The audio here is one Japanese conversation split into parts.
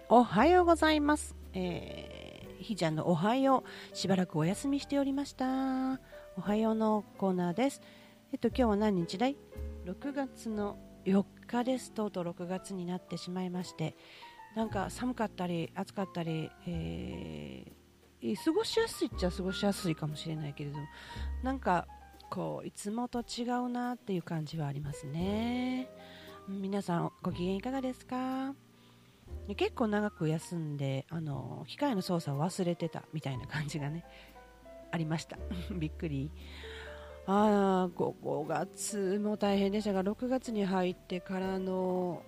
おはようございます。ひーちゃんのおはよう、しばらくお休みしておりました。おはようのコーナーです。今日は何日だい？ 6 月の4日です。とうとう6月になってしまいまして、なんか寒かったり暑かったり、過ごしやすいっちゃ過ごしやすいかもしれないけれども、なんかこういつもと違うなっていう感じはありますね。皆さんご機嫌いかがですか？結構長く休んで機械の操作を忘れてたみたいな感じがねありました。びっくり。5月も大変でしたが、6月に入ってからの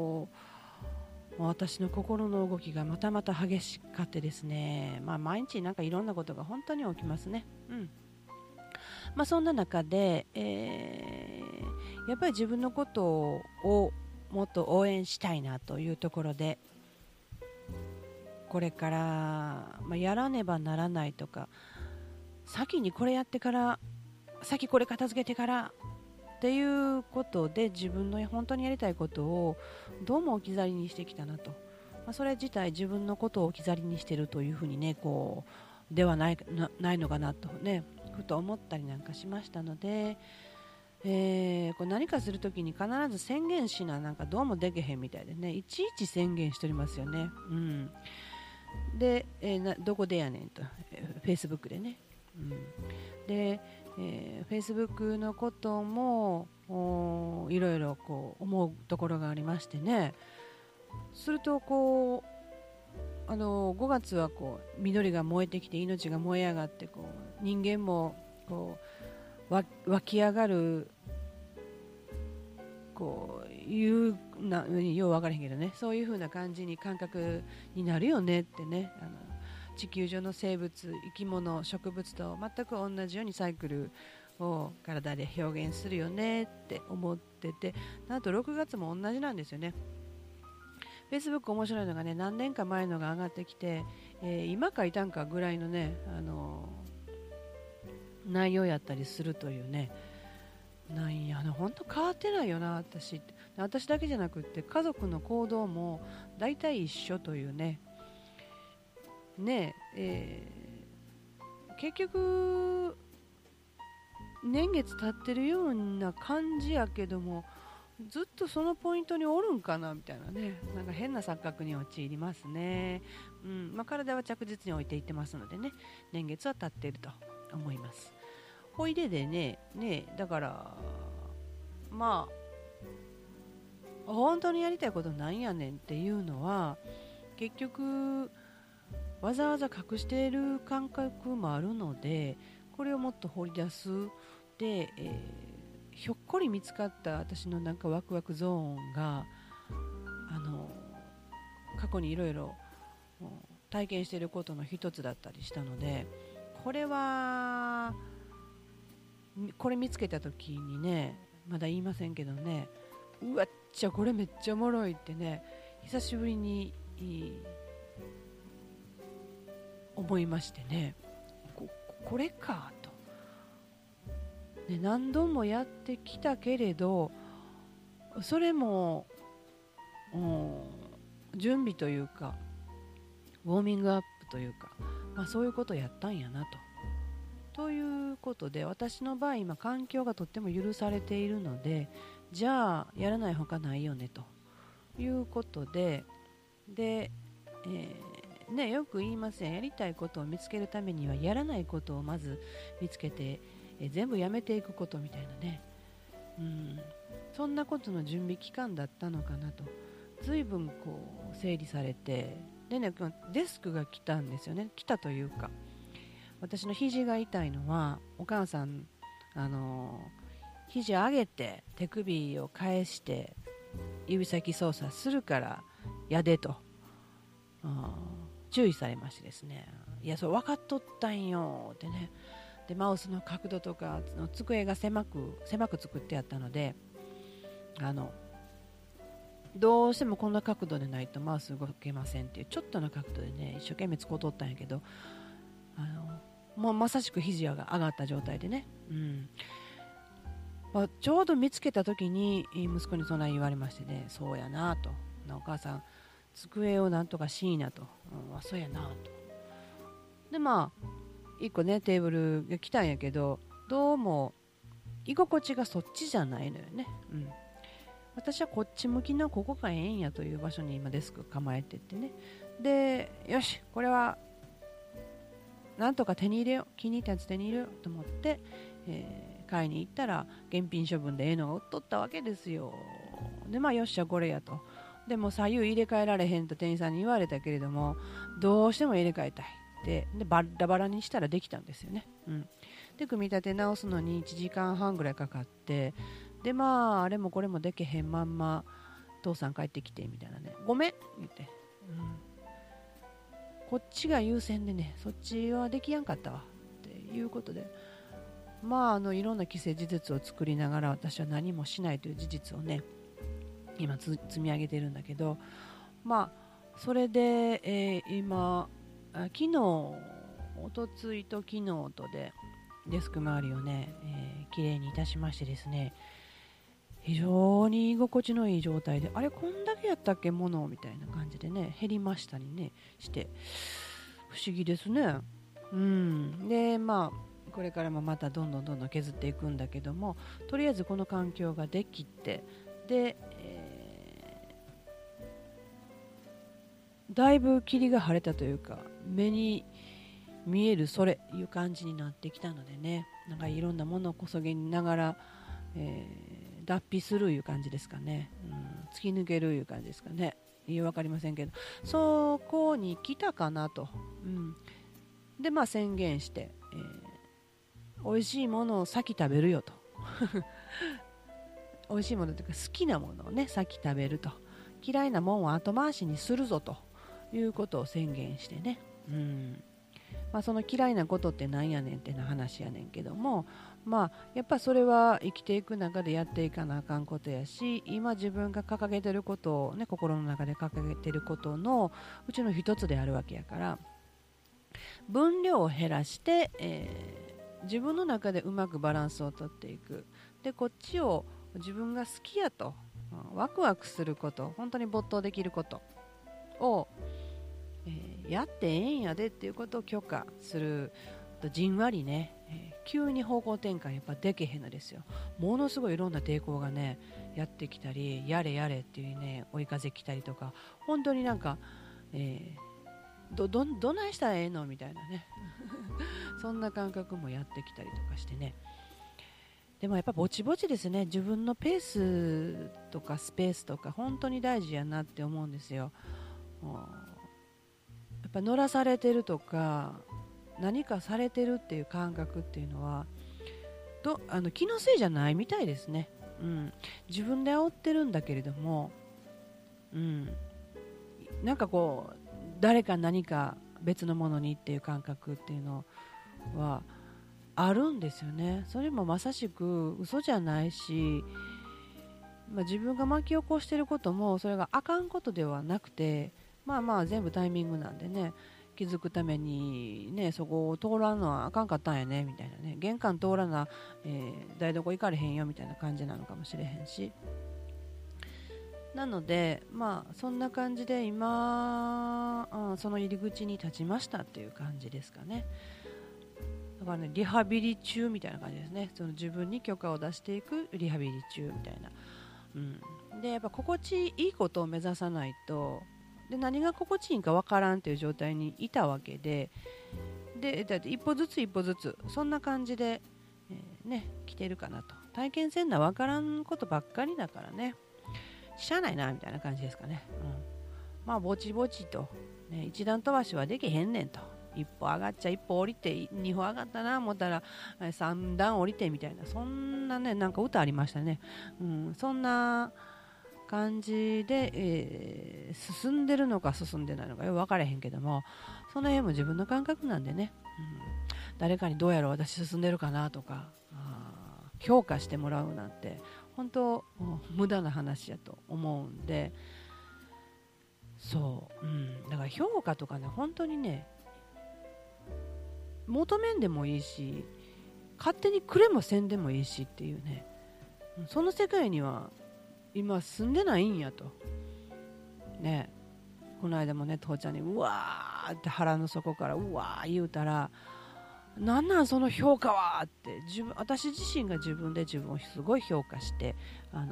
私の心の動きがまたまた激しかってですね、毎日なんかいろんなことが本当に起きますね。そんな中で、やっぱり自分のことをもっと応援したいなというところで、これから、やらねばならないとか、先にこれやってから、先これ片付けてからっていうことで、自分の本当にやりたいことをどうも置き去りにしてきたなと、それ自体自分のことを置き去りにしているというふうにね、こうではないのかなとね、ふと思ったりなんかしましたので、こう何かするときに必ず宣言しな、なんかどうもできへんみたいでね、いちいち宣言しておりますよね。で、どこでやねんと、Facebook でね、で、Facebook のこともいろいろこう思うところがありましてね。するとこう5月はこう緑が燃えてきて、命が燃え上がって、こう人間もこう湧き上がる、こういうよう分からへんけどね、そういう風な感じに感覚になるよねってね、地球上の生物、生き物、植物と全く同じようにサイクルを体で表現するよねって思ってて、なんと6月も同じなんですよね。Facebook 面白いのがね、何年か前のが上がってきて、今書いたんかぐらいのね、内容やったりするというね。なんやな、本当変わってないよな、私だけじゃなくって家族の行動も大体一緒というね。結局年月経ってるような感じやけども、ずっとそのポイントにおるんかなみたいなね、なんか変な錯覚に陥りますね。体は着実に置いていってますのでね、年月は経っていると思います。ほいでね、だから本当にやりたいことなんやねんっていうのは、結局わざわざ隠している感覚もあるので、これをもっと掘り出すで、ひょっこり見つかった私のなんかワクワクゾーンが過去にいろいろ体験していることの一つだったりしたので、これ見つけた時にね、まだ言いませんけどね、うわっちゃこれめっちゃおもろいってね、久しぶりに思いましてね、これかと、ね、何度もやってきたけれど、それも、準備というかウォーミングアップというか、そういうことをやったんやなということで、私の場合今環境がとっても許されているので、じゃあやらないほかないよねということで、よく言いません、やりたいことを見つけるためにはやらないことをまず見つけて、全部やめていくことみたいなね、そんなことの準備期間だったのかなと。随分こう整理されて、でね、デスクが来たんですよね。来たというか、私の肘が痛いのは、お母さん肘上げて手首を返して指先操作するからやでと注意されましてですね、いやそれ分かっとったんよってね。でマウスの角度とかの机が狭く作ってあったので、どうしてもこんな角度でないとマウス動けませんっていうちょっとの角度でね、一生懸命使うとったんやけど、もうまさしく肘が上がった状態でね、ちょうど見つけた時に息子にそんな言われましてね、そうやなと、お母さん机をなんとかしいなと、そうやなと。でまあ1個ねテーブルが来たんやけど、どうも居心地がそっちじゃないのよね。私はこっち向きのここがええんやという場所に今デスク構えてってね。でよし、これはなんとか手に入れよう、気に入ったやつ手に入れようと思って、買いに行ったら現品処分でええのが売っとったわけですよ。でまあよっしゃこれやと。でも左右入れ替えられへんと店員さんに言われたけれども、どうしても入れ替えたいでバラバラにしたらできたんですよね。で組み立て直すのに1時間半ぐらいかかって、でまああれもこれもでけへんまんま父さん帰ってきてみたいなね、ごめん言って、こっちが優先でね、そっちはできやんかったわっていうことで、まあいろんな既成事実を作りながら私は何もしないという事実をね今積み上げてるんだけど、まあそれで、今昨日おとついと昨日とでデスク周りをね、きれいにいたしましてですね、非常に居心地のいい状態で、あれこんだけやったっけものみたいな感じでね減りましたにねして不思議ですね。でまあこれからもまたどんどん削っていくんだけども、とりあえずこの環境ができて、で、だいぶ霧が晴れたというか目に見えるそれいう感じになってきたのでね、なんかいろんなものをこそげながら、脱皮するいう感じですかね、突き抜けるいう感じですかね、分かりませんけど、そこに来たかなと、でまあ宣言して、美味しいものを先食べるよと美味しいものというか好きなものをね先食べると、嫌いなもんは後回しにするぞということを宣言してね、まあ、その嫌いなことってなんやねんってな話やねんけども、まあやっぱそれは生きていく中でやっていかなあかんことやし、今自分が掲げてることをね、心の中で掲げてることのうちの一つであるわけやから、分量を減らして、自分の中でうまくバランスをとっていく。でこっちを自分が好きやと、ワクワクすること、本当に没頭できることをやってええんやでっていうことを許可すると、じんわりね、急に方向転換やっぱできへんのですよ。ものすごいいろんな抵抗がねやってきたり、やれやれっていうね追い風来たりとか、本当になんか、どないしたらええのみたいなねそんな感覚もやってきたりとかしてね。でもやっぱぼちぼちですね、自分のペースとかスペースとか本当に大事やなって思うんですよ。やっぱ乗らされてるとか何かされてるっていう感覚っていうのは気のせいじゃないみたいですね。自分で煽ってるんだけれども、なんかこう誰か何か別のものにっていう感覚っていうのはあるんですよね。それもまさしく嘘じゃないし、自分が巻き起こしてることもそれがあかんことではなくて、まあまあ全部タイミングなんでね、気づくためにねそこを通らんのはあかんかったんやねみたいなね、玄関通らな、台所行かれへんよみたいな感じなのかもしれへんし、なのでまあそんな感じで今、その入り口に立ちましたっていう感じですかね。だからねリハビリ中みたいな感じですね。その自分に許可を出していくリハビリ中みたいな、でやっぱ心地いいことを目指さないと、で何が心地いいんかわからんっていう状態にいたわけで、だって一歩ずつ一歩ずつそんな感じで、来てるかなと。体験せんなわからんことばっかりだからね、しゃあないなみたいな感じですかね。まあぼちぼちと、一段飛ばしはできへんねんと。一歩上がっちゃ一歩降りて二歩上がったな思ったら三段降りてみたいな、そんなねなんか歌ありましたね。そんな感じで、進んでるのか進んでないのかよく分からへんけども、その辺も自分の感覚なんでね、誰かにどうやろう私進んでるかなとか評価してもらうなんて本当無駄な話やと思うんで、そう、だから評価とかね本当にね求めんでもいいし、勝手にくれもせんでもいいしっていうね、その世界には今住んでないんやとね。 この間もね父ちゃんにうわーって腹の底からうわー言うたら、なんなんその評価はって私自身が自分で自分をすごい評価して、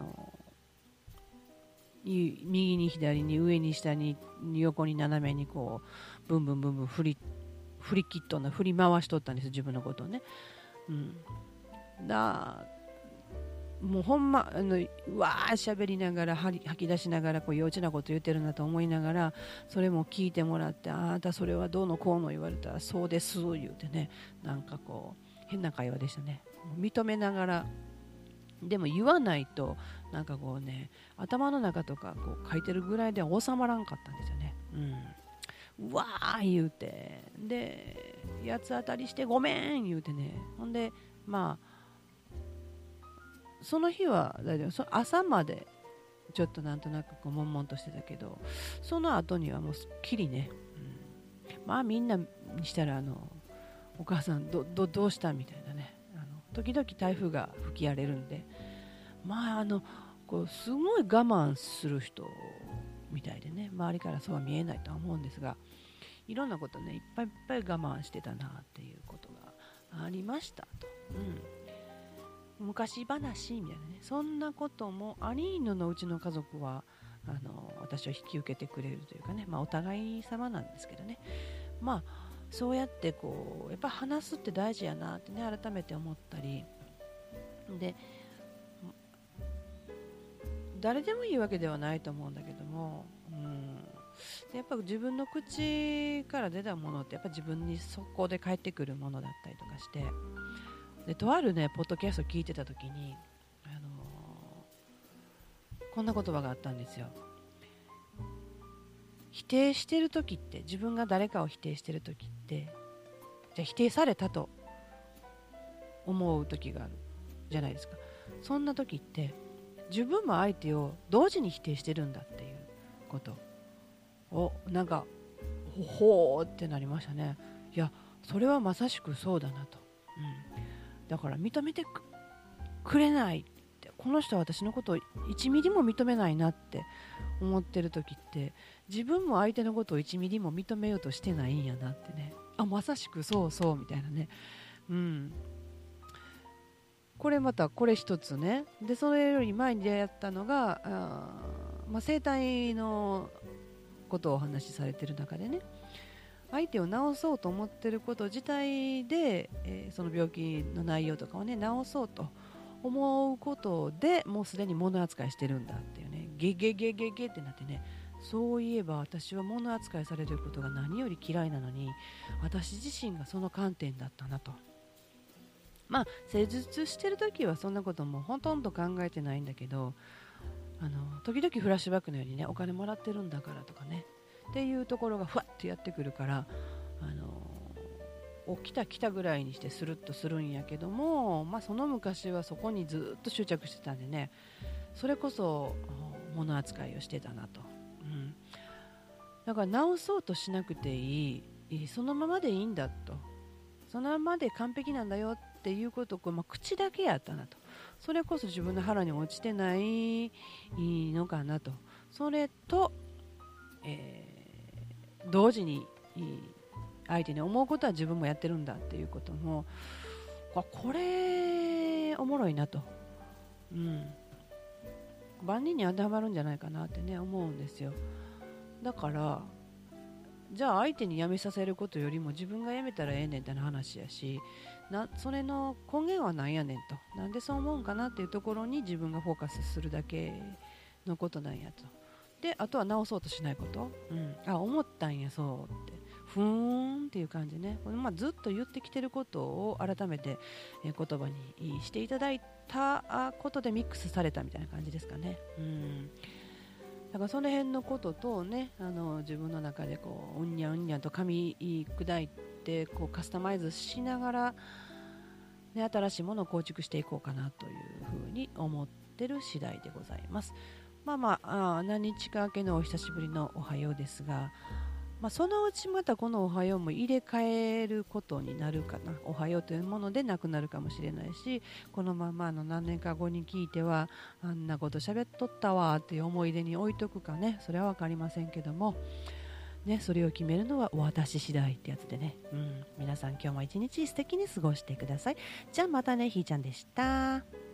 右に左に上に下に横に斜めにこうブンブンブンブン振り切っとんな振り回しとったんです、自分のことをね。もうほんまうわー喋りながら吐き出しながらこう幼稚なこと言ってるなと思いながら、それも聞いてもらって、あなたそれはどうのこうの言われたらそうです言うてね、なんかこう変な会話でしたね。認めながらでも言わないとなんかこうね、頭の中とかこう書いてるぐらいでは収まらんかったんですよね。うわー言うて、で八つ当たりしてごめん言うてね、ほんでまあその日は大丈夫、朝までちょっとなんとなくこう悶々としてたけど、その後にはもうすっきりね、まあみんなにしたらお母さんどうしたみたいなね、時々台風が吹き荒れるんで、まあこうすごい我慢する人みたいでね、周りからそうは見えないとは思うんですが、いろんなことねいっぱいいっぱい我慢してたなっていうことがありましたと。昔話みたいなね、そんなこともありのうちの家族は私を引き受けてくれるというかね、お互い様なんですけどね、そうやってこうやっぱ話すって大事やなってね改めて思ったりで、誰でもいいわけではないと思うんだけども、でやっぱ自分の口から出たものってやっぱ自分に速攻で返ってくるものだったりとかして、でとあるねポッドキャストを聞いてた時に、こんな言葉があったんですよ。否定してる時って、自分が誰かを否定してる時って、じゃあ否定されたと思う時があるじゃないですか。そんな時って自分も相手を同時に否定してるんだっていうことをなんかほーってなりましたね。いやそれはまさしくそうだなと、だから認めてくれないって、この人は私のことを1ミリも認めないなって思ってる時って、自分も相手のことを1ミリも認めようとしてないんやなってね、まさしくそうそうみたいなね、これまたこれ一つね。でそれより前に出会ったのが生体のことをお話しされてる中でね、相手を治そうと思ってること自体で、その病気の内容とかをね治そうと思うことでもうすでに物扱いしてるんだっていうね、ゲゲゲゲゲってなってね、そういえば私は物扱いされることが何より嫌いなのに、私自身がその観点だったなと。施術してる時はそんなこともほとんど考えてないんだけど、時々フラッシュバックのようにね、お金もらってるんだからとかねっていうところがふわっとやってくるから、来たぐらいにしてスルッとするんやけども、その昔はそこにずっと執着してたんでね、それこそ物扱いをしてたなと、だから直そうとしなくていい、そのままでいいんだと、そのままで完璧なんだよっていうことを口だけやったなと、それこそ自分の腹に落ちてないのかなと、それと、同時に相手に思うことは自分もやってるんだっていうことも、これおもろいなと、万人に当てはまるんじゃないかなってね思うんですよ。だからじゃあ相手に辞めさせることよりも自分が辞めたらええねんって話やし、それの根源は何やねんと、なんでそう思うんかなっていうところに自分がフォーカスするだけのことなんやと。であとは直そうとしないこと、思ったんやそうって、ふーんっていう感じね、ずっと言ってきてることを改めて言葉にしていただいたことでミックスされたみたいな感じですかね。だからその辺のこととね、自分の中でこううんにゃうんにゃと噛み砕いてこうカスタマイズしながら、ね、新しいものを構築していこうかなというふうに思ってる次第でございます。何日か明けのお久しぶりのおはようですが、そのうちまたこのおはようも入れ替えることになるかな。おはようというものでなくなるかもしれないし、このまま何年か後に聞いてはあんなこと喋っとったわっていう思い出に置いとくかね、それは分かりませんけども、 ね、それを決めるのは私次第ってやつでね、皆さん今日も一日素敵に過ごしてください。じゃあまたね、ひーちゃんでした。